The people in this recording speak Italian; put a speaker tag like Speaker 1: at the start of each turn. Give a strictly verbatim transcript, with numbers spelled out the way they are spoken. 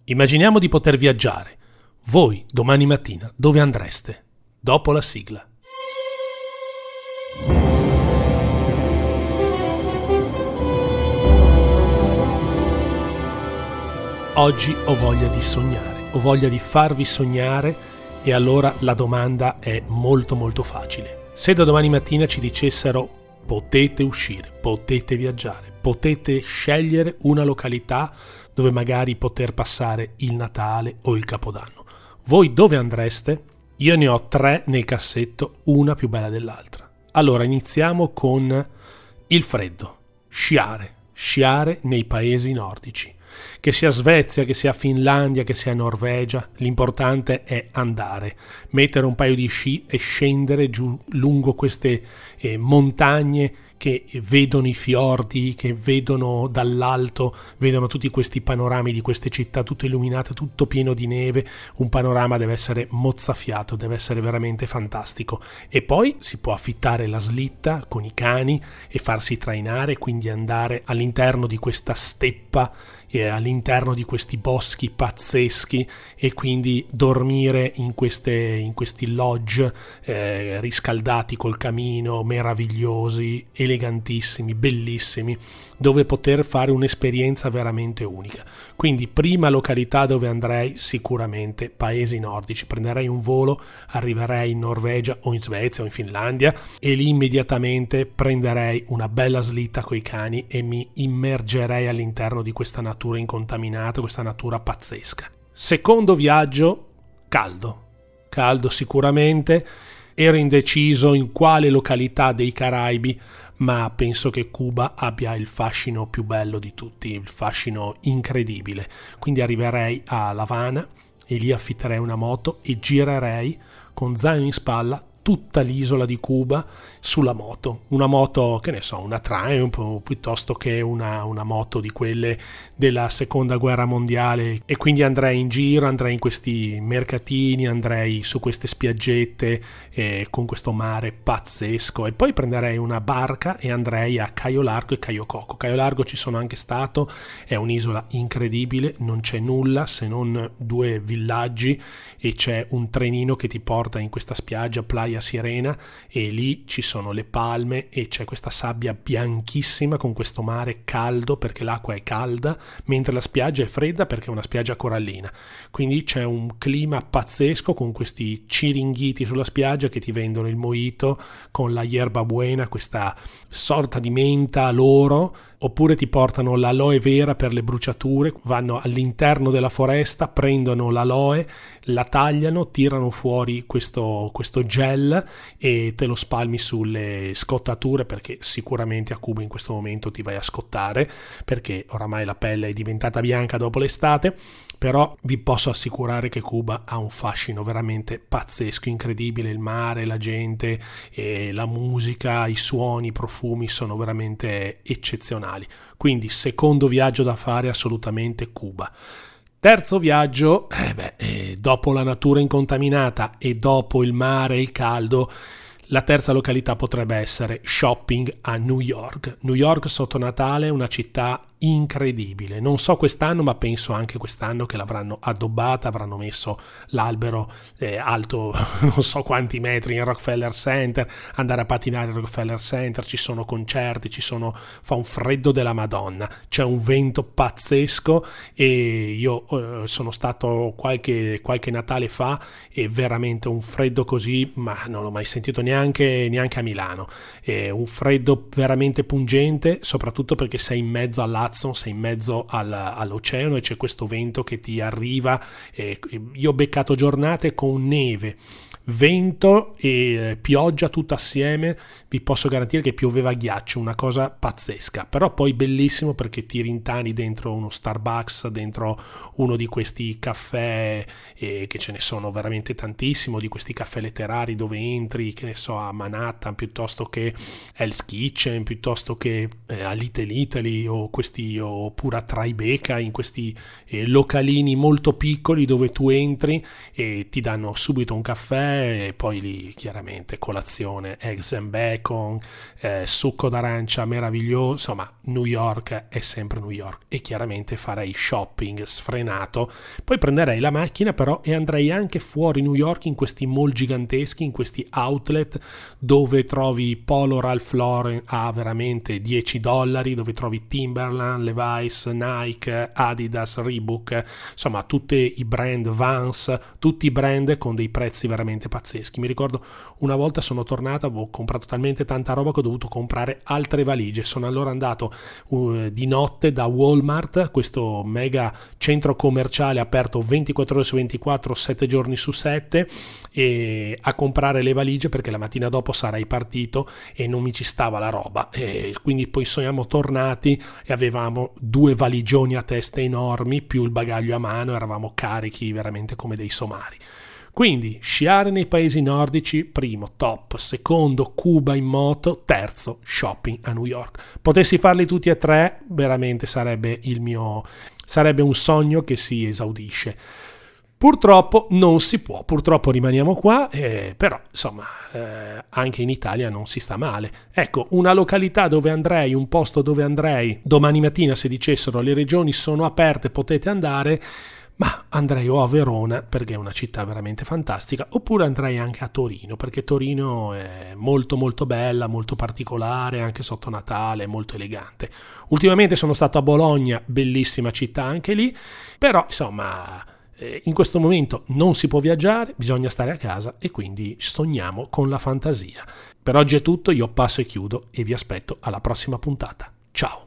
Speaker 1: Immaginiamo di poter viaggiare. Voi, domani mattina, dove andreste? Dopo la sigla. Oggi ho voglia di sognare, ho voglia di farvi sognare e allora la domanda è molto molto facile. Se da domani mattina ci dicessero potete uscire, potete viaggiare, potete scegliere una località dove magari poter passare il Natale o il Capodanno, voi dove andreste? Io ne ho tre nel cassetto, una più bella dell'altra. Allora iniziamo con il freddo, sciare, sciare nei paesi nordici. Che sia Svezia, che sia Finlandia, che sia Norvegia, l'importante è andare, mettere un paio di sci e scendere giù lungo queste eh, montagne che vedono i fiordi, che vedono dall'alto, vedono tutti questi panorami di queste città tutte illuminate, tutto pieno di neve. Un panorama deve essere mozzafiato, deve essere veramente fantastico. E poi si può affittare la slitta con i cani e farsi trainare, quindi andare all'interno di questa steppa, e all'interno di questi boschi pazzeschi e quindi dormire in, queste, in questi lodge eh, riscaldati col camino, meravigliosi, elegantissimi, bellissimi, dove poter fare un'esperienza veramente unica. Quindi prima località dove andrei sicuramente paesi nordici, prenderei un volo, arriverei in Norvegia o in Svezia o in Finlandia e lì immediatamente prenderei una bella slitta coi cani e mi immergerei all'interno di questa natura incontaminata, questa natura pazzesca. Secondo viaggio, caldo, caldo sicuramente. Ero indeciso in quale località dei Caraibi, ma penso che Cuba abbia il fascino più bello di tutti, il fascino incredibile. Quindi arriverei a La Habana e lì affitterei una moto e girerei con zaino in spalla tutta l'isola di Cuba sulla moto, una moto che ne so, una Triumph piuttosto che una, una moto di quelle della seconda guerra mondiale, e quindi andrei in giro, andrei in questi mercatini, andrei su queste spiaggette eh, con questo mare pazzesco, e poi prenderei una barca e andrei a Cayo Largo e Cayo Coco. Cayo Largo ci sono anche stato, è un'isola incredibile, non c'è nulla se non due villaggi e c'è un trenino che ti porta in questa spiaggia Playa Sirena, e lì ci sono le palme e c'è questa sabbia bianchissima con questo mare caldo perché l'acqua è calda, mentre la spiaggia è fredda perché è una spiaggia corallina. Quindi c'è un clima pazzesco con questi ciringhiti sulla spiaggia che ti vendono il mojito con la yerba buena, questa sorta di menta loro, oppure ti portano l'aloe vera per le bruciature, vanno all'interno della foresta, prendono l'aloe, la tagliano, tirano fuori questo, questo gel e te lo spalmi sulle scottature, perché sicuramente a Cuba in questo momento ti vai a scottare perché oramai la pelle è diventata bianca dopo l'estate. Però vi posso assicurare che Cuba ha un fascino veramente pazzesco, incredibile. Il mare, la gente, e la musica, i suoni, i profumi sono veramente eccezionali. Quindi secondo viaggio da fare assolutamente Cuba. Terzo viaggio, eh beh, eh, dopo la natura incontaminata e dopo il mare e il caldo, la terza località potrebbe essere shopping a New York. New York sotto Natale è una città incredibile. Non so quest'anno, ma penso anche quest'anno che l'avranno addobbata, avranno messo l'albero eh, alto non so quanti metri in Rockefeller Center, andare a pattinare al Rockefeller Center, ci sono concerti, ci sono fa un freddo della Madonna, c'è un vento pazzesco e io eh, sono stato qualche, qualche Natale fa e veramente un freddo così, ma non l'ho mai sentito neanche, neanche a Milano. È un freddo veramente pungente, soprattutto perché sei in mezzo all'Hudson, sei in mezzo al, all'oceano e c'è questo vento che ti arriva. Eh, io ho beccato giornate con neve, vento e pioggia tutto assieme. Vi posso garantire che pioveva ghiaccio, una cosa pazzesca, però poi bellissimo perché ti rintani dentro uno Starbucks, dentro uno di questi caffè, eh, che ce ne sono veramente tantissimo, di questi caffè letterari dove entri, che ne so, a Manhattan piuttosto che Hell's Kitchen, piuttosto che eh, a Little Italy, o questi ristoranti oppure a Tribeca, in questi eh, localini molto piccoli dove tu entri e ti danno subito un caffè e poi lì chiaramente colazione, eggs and bacon, eh, succo d'arancia meraviglioso. Insomma, New York è sempre New York e chiaramente farei shopping sfrenato. Poi prenderei la macchina però e andrei anche fuori New York in questi mall giganteschi, in questi outlet dove trovi Polo Ralph Lauren a veramente dieci dollari, dove trovi Timberland, Levi's, Nike, Adidas, Reebok, insomma tutti i brand, Vans, tutti i brand con dei prezzi veramente pazzeschi. Mi ricordo una volta sono tornato, avevo comprato talmente tanta roba che ho dovuto comprare altre valigie. Sono allora andato uh, di notte da Walmart, questo mega centro commerciale aperto ventiquattro ore su ventiquattro, sette giorni su sette, e a comprare le valigie perché la mattina dopo sarei partito e non mi ci stava la roba, e quindi poi siamo tornati e avevamo due valigioni a testa enormi più il bagaglio a mano, eravamo carichi veramente come dei somari. Quindi sciare nei paesi nordici, primo, top, secondo, Cuba in moto, terzo, shopping a New York. Potessi farli tutti e tre, veramente sarebbe il mio, sarebbe un sogno che si esaudisce. Purtroppo non si può, purtroppo rimaniamo qua, eh, però insomma eh, anche in Italia non si sta male. Ecco, una località dove andrei, un posto dove andrei domani mattina se dicessero le regioni sono aperte, potete andare, ma andrei o a Verona perché è una città veramente fantastica, oppure andrei anche a Torino perché Torino è molto molto bella, molto particolare, anche sotto Natale, molto elegante. Ultimamente sono stato a Bologna, bellissima città anche lì, però insomma in questo momento non si può viaggiare, bisogna stare a casa e quindi sogniamo con la fantasia. Per oggi è tutto, io passo e chiudo e vi aspetto alla prossima puntata. Ciao!